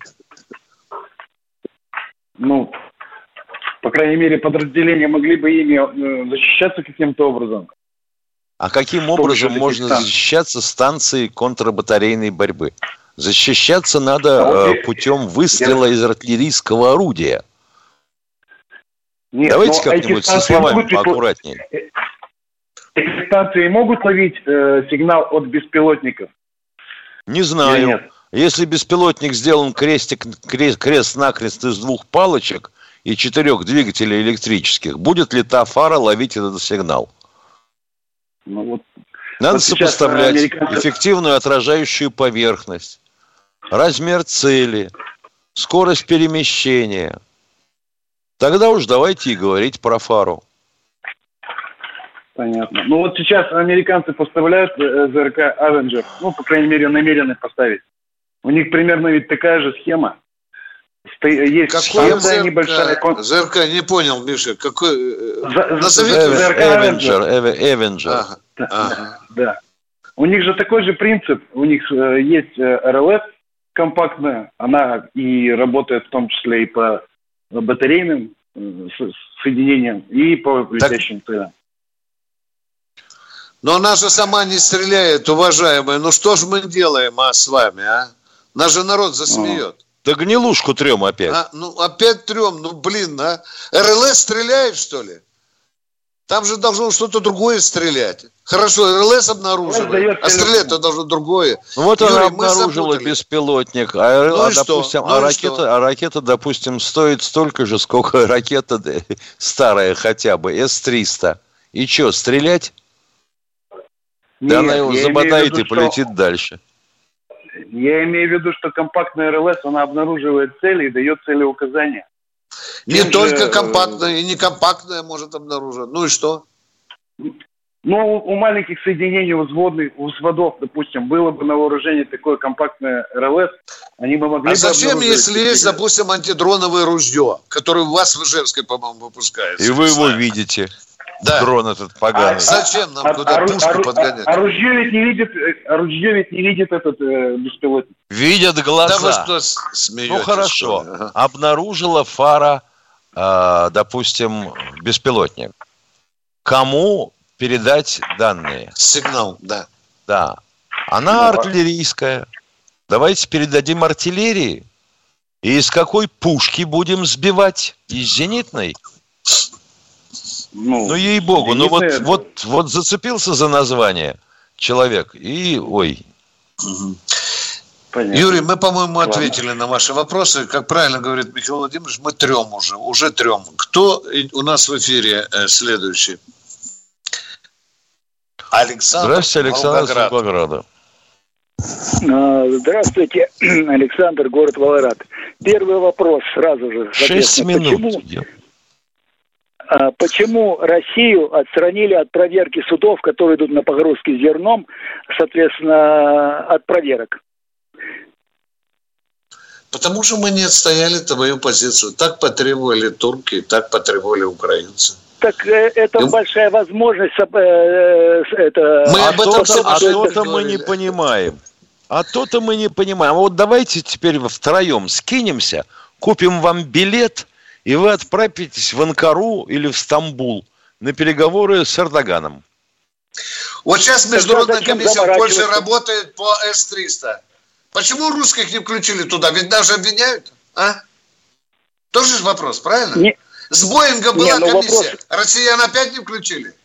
Speaker 17: Ну, по крайней мере, подразделения могли бы ими защищаться каким-то образом.
Speaker 13: А каким образом можно станций? защищаться станцией контрбатарейной борьбы? Защищаться надо а, э, путем выстрела я... из артиллерийского орудия.
Speaker 17: Нет,
Speaker 13: Давайте
Speaker 17: но
Speaker 13: как-нибудь
Speaker 17: эти
Speaker 13: со
Speaker 17: станции
Speaker 13: словами
Speaker 17: могут-
Speaker 13: поаккуратнее.
Speaker 17: Эти станции могут ловить э, сигнал от беспилотников?
Speaker 13: Не
Speaker 17: Или
Speaker 13: знаю.
Speaker 17: нет?
Speaker 13: Если беспилотник сделан крестик, крест, крест-накрест из двух палочек и четырех двигателей электрических, будет ли та фара ловить этот сигнал?
Speaker 17: Ну, вот,
Speaker 13: Надо
Speaker 17: вот сейчас
Speaker 13: сопоставлять
Speaker 17: американцы-
Speaker 13: эффективную отражающую поверхность, размер цели, скорость перемещения. Тогда уж давайте и говорить про фару.
Speaker 17: Понятно. Ну вот сейчас американцы поставляют э, ЗРК Avenger, ну, по крайней мере, намерены поставить. У них примерно ведь такая же схема. Сто- Есть
Speaker 3: Какой
Speaker 17: станция небольшая. кон-
Speaker 3: ЗРК, не понял, Миша, какой... э,
Speaker 17: За-
Speaker 3: Назовите.
Speaker 17: за- ЗРК
Speaker 13: Avenger, Avenger.
Speaker 3: Ага,
Speaker 17: Да,
Speaker 3: ага.
Speaker 17: да. У них же такой же принцип. У них э, есть э, эр эл эс компактная, она и работает в том числе и по батарейным э, с- соединениям, и по летящим целям.
Speaker 3: Но она же сама не стреляет, уважаемые. Ну что ж мы делаем, а, с вами, а? Нас же народ засмеет.
Speaker 13: Да гнилушку трем опять.
Speaker 3: А, ну, опять трем, ну, блин, а? эр эл эс стреляет, что ли? Там же должно что-то другое стрелять. Хорошо, эр эл эс обнаруживает, а стрелять-то должно другое.
Speaker 13: Ну, вот
Speaker 3: Юрий,
Speaker 13: она
Speaker 3: мы
Speaker 13: обнаружила
Speaker 3: запутали.
Speaker 13: беспилотник, а,
Speaker 3: Ну
Speaker 13: а,
Speaker 3: и что?
Speaker 13: допустим,
Speaker 3: Ну
Speaker 13: а,
Speaker 3: и
Speaker 13: ракета,
Speaker 3: что?
Speaker 13: а ракета, допустим, стоит столько же, сколько ракета да, старая хотя бы, эс триста. И что, стрелять? Да
Speaker 17: Нет,
Speaker 13: она его
Speaker 17: я имею в
Speaker 13: заботает
Speaker 17: виду,
Speaker 13: и
Speaker 17: что-
Speaker 13: полетит дальше.
Speaker 17: Я имею в виду, что компактная эр эл эс, она обнаруживает цели и дает целеуказания.
Speaker 3: Не
Speaker 17: Тем
Speaker 3: только
Speaker 17: же, э,
Speaker 3: компактная, и не компактная может обнаружить. Ну и что?
Speaker 17: Ну, у маленьких соединений взводных, у взводов, допустим, было бы на вооружении такое компактное эр эл эс, они бы могли
Speaker 3: А
Speaker 17: бы
Speaker 3: зачем,
Speaker 17: обнаруживать
Speaker 3: если есть,
Speaker 17: сигнал.
Speaker 3: допустим, антидроновое ружье, которое у вас в Ижевске, по-моему, выпускается?
Speaker 13: И вы его видите.
Speaker 3: Да.
Speaker 13: Дрон этот поганый.
Speaker 3: А зачем нам
Speaker 17: А-
Speaker 3: туда
Speaker 17: ору-
Speaker 3: пушку
Speaker 17: ору-
Speaker 3: подгонять?
Speaker 17: а- Оружие ведь не видит, э, оружие ведь не видит этот э, беспилотник.
Speaker 13: Видят глаза.
Speaker 3: Да вы что, с- смеетесь?
Speaker 13: Ну хорошо.
Speaker 3: что ли? Ага.
Speaker 13: Обнаружила фара, э, допустим, беспилотник. Кому передать данные?
Speaker 3: Сигнал, да.
Speaker 13: Да. Она артиллерийская. Давайте передадим артиллерии. И из какой пушки будем сбивать? Из зенитной?
Speaker 17: Ну,
Speaker 13: Ну, ей-богу, ну вот,
Speaker 17: зенитная-
Speaker 13: вот, вот зацепился за название человек и, ой.
Speaker 17: Понятно.
Speaker 3: Юрий, мы, по-моему,
Speaker 17: Ладно.
Speaker 3: ответили на ваши вопросы. Как правильно говорит Михаил Владимирович, мы трем уже, уже трем. Кто у нас в эфире э, следующий? Александр.
Speaker 13: Здравствуйте, Александр из
Speaker 3: Волгоград.
Speaker 13: Волгограда.
Speaker 18: Здравствуйте, Александр, город Волгоград. Первый вопрос сразу же.
Speaker 13: Шесть
Speaker 18: соответственно,
Speaker 13: минут.
Speaker 18: Почему, а, почему Россию отстранили от проверки судов, которые идут на погрузки зерном, соответственно, от проверок?
Speaker 3: Потому что мы не отстояли твою позицию. Так потребовали турки, так потребовали украинцы.
Speaker 18: Так э, это
Speaker 3: Ну,
Speaker 18: большая возможность. э, э, это,
Speaker 3: Мы
Speaker 13: А
Speaker 3: об этом
Speaker 13: то-то, а
Speaker 3: сегодня
Speaker 13: то-то мы
Speaker 3: говорили.
Speaker 13: не понимаем. А то-то мы не понимаем. А вот давайте теперь втроем скинемся, купим вам билет, и вы отправитесь в Анкару или в Стамбул на переговоры с Эрдоганом.
Speaker 3: Вот сейчас Международная
Speaker 18: зачем
Speaker 3: комиссия в Польше
Speaker 18: заморачиваться?
Speaker 3: работает по эс триста. Почему русских не включили туда? Ведь даже обвиняют, а? Тоже же вопрос, правильно?
Speaker 18: Не-
Speaker 3: С Боинга была
Speaker 18: Не, ну
Speaker 3: комиссия.
Speaker 18: вопрос-
Speaker 3: Россиян опять не включили?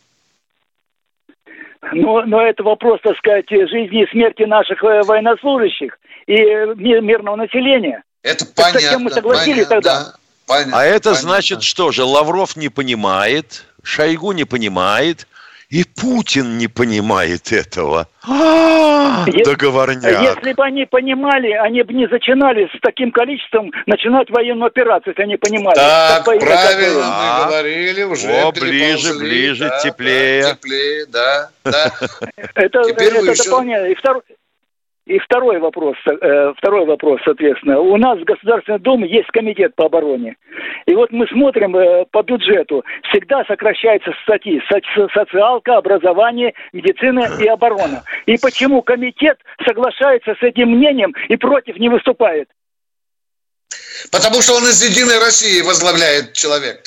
Speaker 18: Но, но это вопрос, так сказать, жизни и смерти наших э, военнослужащих и э, ми- мирного населения.
Speaker 3: Это
Speaker 18: Так
Speaker 3: понятно.
Speaker 18: зачем мы согласились
Speaker 3: понятно,
Speaker 18: тогда?
Speaker 3: да, понятно,
Speaker 13: А это
Speaker 3: понятно.
Speaker 13: значит, что же, Лавров не понимает, Шойгу не понимает, и Путин не понимает этого. А,
Speaker 18: Е-
Speaker 13: договорняк.
Speaker 18: Если бы они понимали, они бы не начинали с таким количеством начинать военную операцию, если они понимали.
Speaker 3: Так,
Speaker 18: Как по-
Speaker 3: правильно
Speaker 18: как-
Speaker 3: мы говорили, уже
Speaker 13: О,
Speaker 3: переползли,
Speaker 13: ближе, ближе,
Speaker 3: да,
Speaker 13: теплее.
Speaker 3: да, теплее, да, да.
Speaker 18: Это,
Speaker 3: Теперь вы
Speaker 18: это
Speaker 3: еще-
Speaker 18: дополняет. И второй, и второй вопрос, э, второй вопрос, соответственно. У нас в Государственной Думе есть комитет по обороне. И вот мы смотрим э, по бюджету. Всегда сокращаются статьи. Соци- Социалка, образование, медицина и оборона. И почему комитет соглашается с этим мнением и против не выступает?
Speaker 3: Потому что он из «Единой России» возглавляет человек там.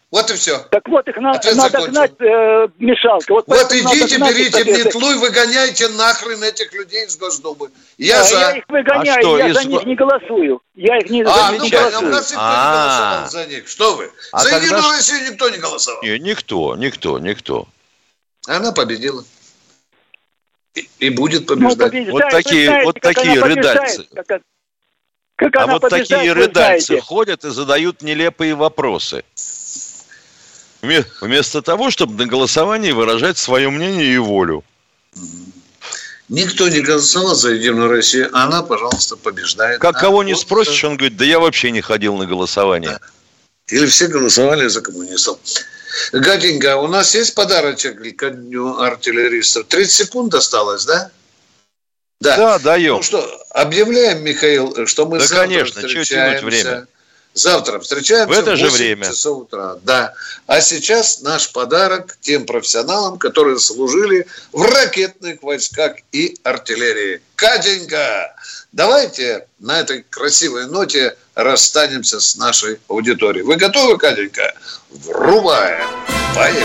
Speaker 3: Вот и все.
Speaker 18: Так вот, их на,
Speaker 3: Ответ
Speaker 18: надо
Speaker 3: закончен.
Speaker 18: гнать э, мешалкой. Вот,
Speaker 3: Вот
Speaker 18: поэтому надо
Speaker 3: идите,
Speaker 18: гнать
Speaker 3: берите
Speaker 18: их, соответственно.
Speaker 3: метлу и выгоняйте нахрен этих людей из Госдумы. Я
Speaker 18: Да,
Speaker 3: за.
Speaker 18: я их выгоняю,
Speaker 13: А что,
Speaker 18: я
Speaker 13: из-
Speaker 18: за них не голосую. Я их не,
Speaker 3: А,
Speaker 18: за них
Speaker 3: ну
Speaker 18: не
Speaker 3: понятно, у
Speaker 18: голосую.
Speaker 3: нас никто не
Speaker 13: А.
Speaker 3: голосовал за них. Что вы?
Speaker 13: А
Speaker 3: За
Speaker 13: тогда
Speaker 3: Единую
Speaker 13: ж-
Speaker 3: Россию никто не голосовал.
Speaker 13: Не, никто, никто, никто.
Speaker 3: Она победила. И, и будет
Speaker 18: Ну,
Speaker 3: побеждать.
Speaker 18: побеждает,
Speaker 13: Вот
Speaker 18: вы
Speaker 13: такие-
Speaker 18: знаете,
Speaker 13: вот
Speaker 18: как
Speaker 13: такие
Speaker 18: она побеждает,
Speaker 13: рыдальцы.
Speaker 18: Как, она- как
Speaker 13: А
Speaker 18: она
Speaker 13: вот
Speaker 18: побеждает,
Speaker 13: такие
Speaker 18: вы
Speaker 13: рыдальцы
Speaker 18: знаете.
Speaker 13: ходят и задают нелепые вопросы. Вме- Вместо того, чтобы на голосовании выражать свое мнение и волю.
Speaker 3: Никто не голосовал за Единую Россию. Она, пожалуйста, побеждает.
Speaker 13: Как
Speaker 3: А
Speaker 13: кого не
Speaker 3: вот,
Speaker 13: спросишь, он говорит, да я вообще не ходил на голосование.
Speaker 3: Или все голосовали за коммунистов. Гаденька, у нас есть подарочек ко дню артиллеристов? тридцать секунд осталось, да? Да.
Speaker 13: Да, даем.
Speaker 3: Ну что, объявляем, Михаил, что мы
Speaker 13: Да,
Speaker 3: завтра
Speaker 13: конечно, чего тянуть
Speaker 3: встречаемся.
Speaker 13: время?
Speaker 3: Завтра встречаемся
Speaker 13: В это же
Speaker 3: восемь
Speaker 13: время.
Speaker 3: часов утра. Да. А сейчас наш подарок тем профессионалам, которые служили в ракетных войсках и артиллерии. Катенька, давайте на этой красивой ноте расстанемся с нашей аудиторией. Вы готовы, Катенька? Врубаем. Поехали.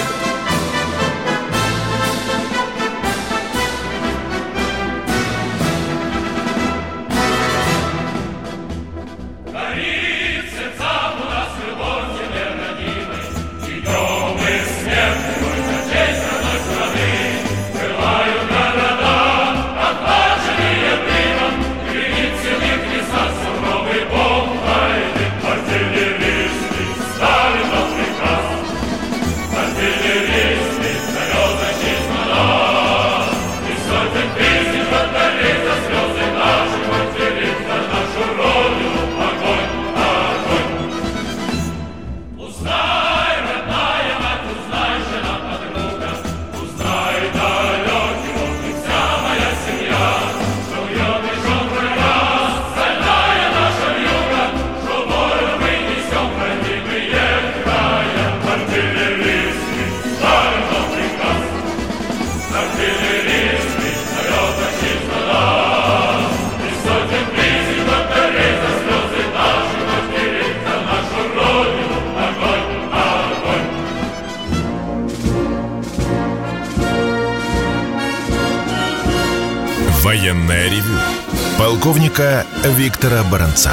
Speaker 2: Военное ревю полковника Виктора Баранца.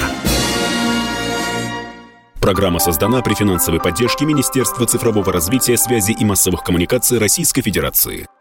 Speaker 19: Программа создана при финансовой поддержке Министерства цифрового развития, связи и массовых коммуникаций Российской Федерации.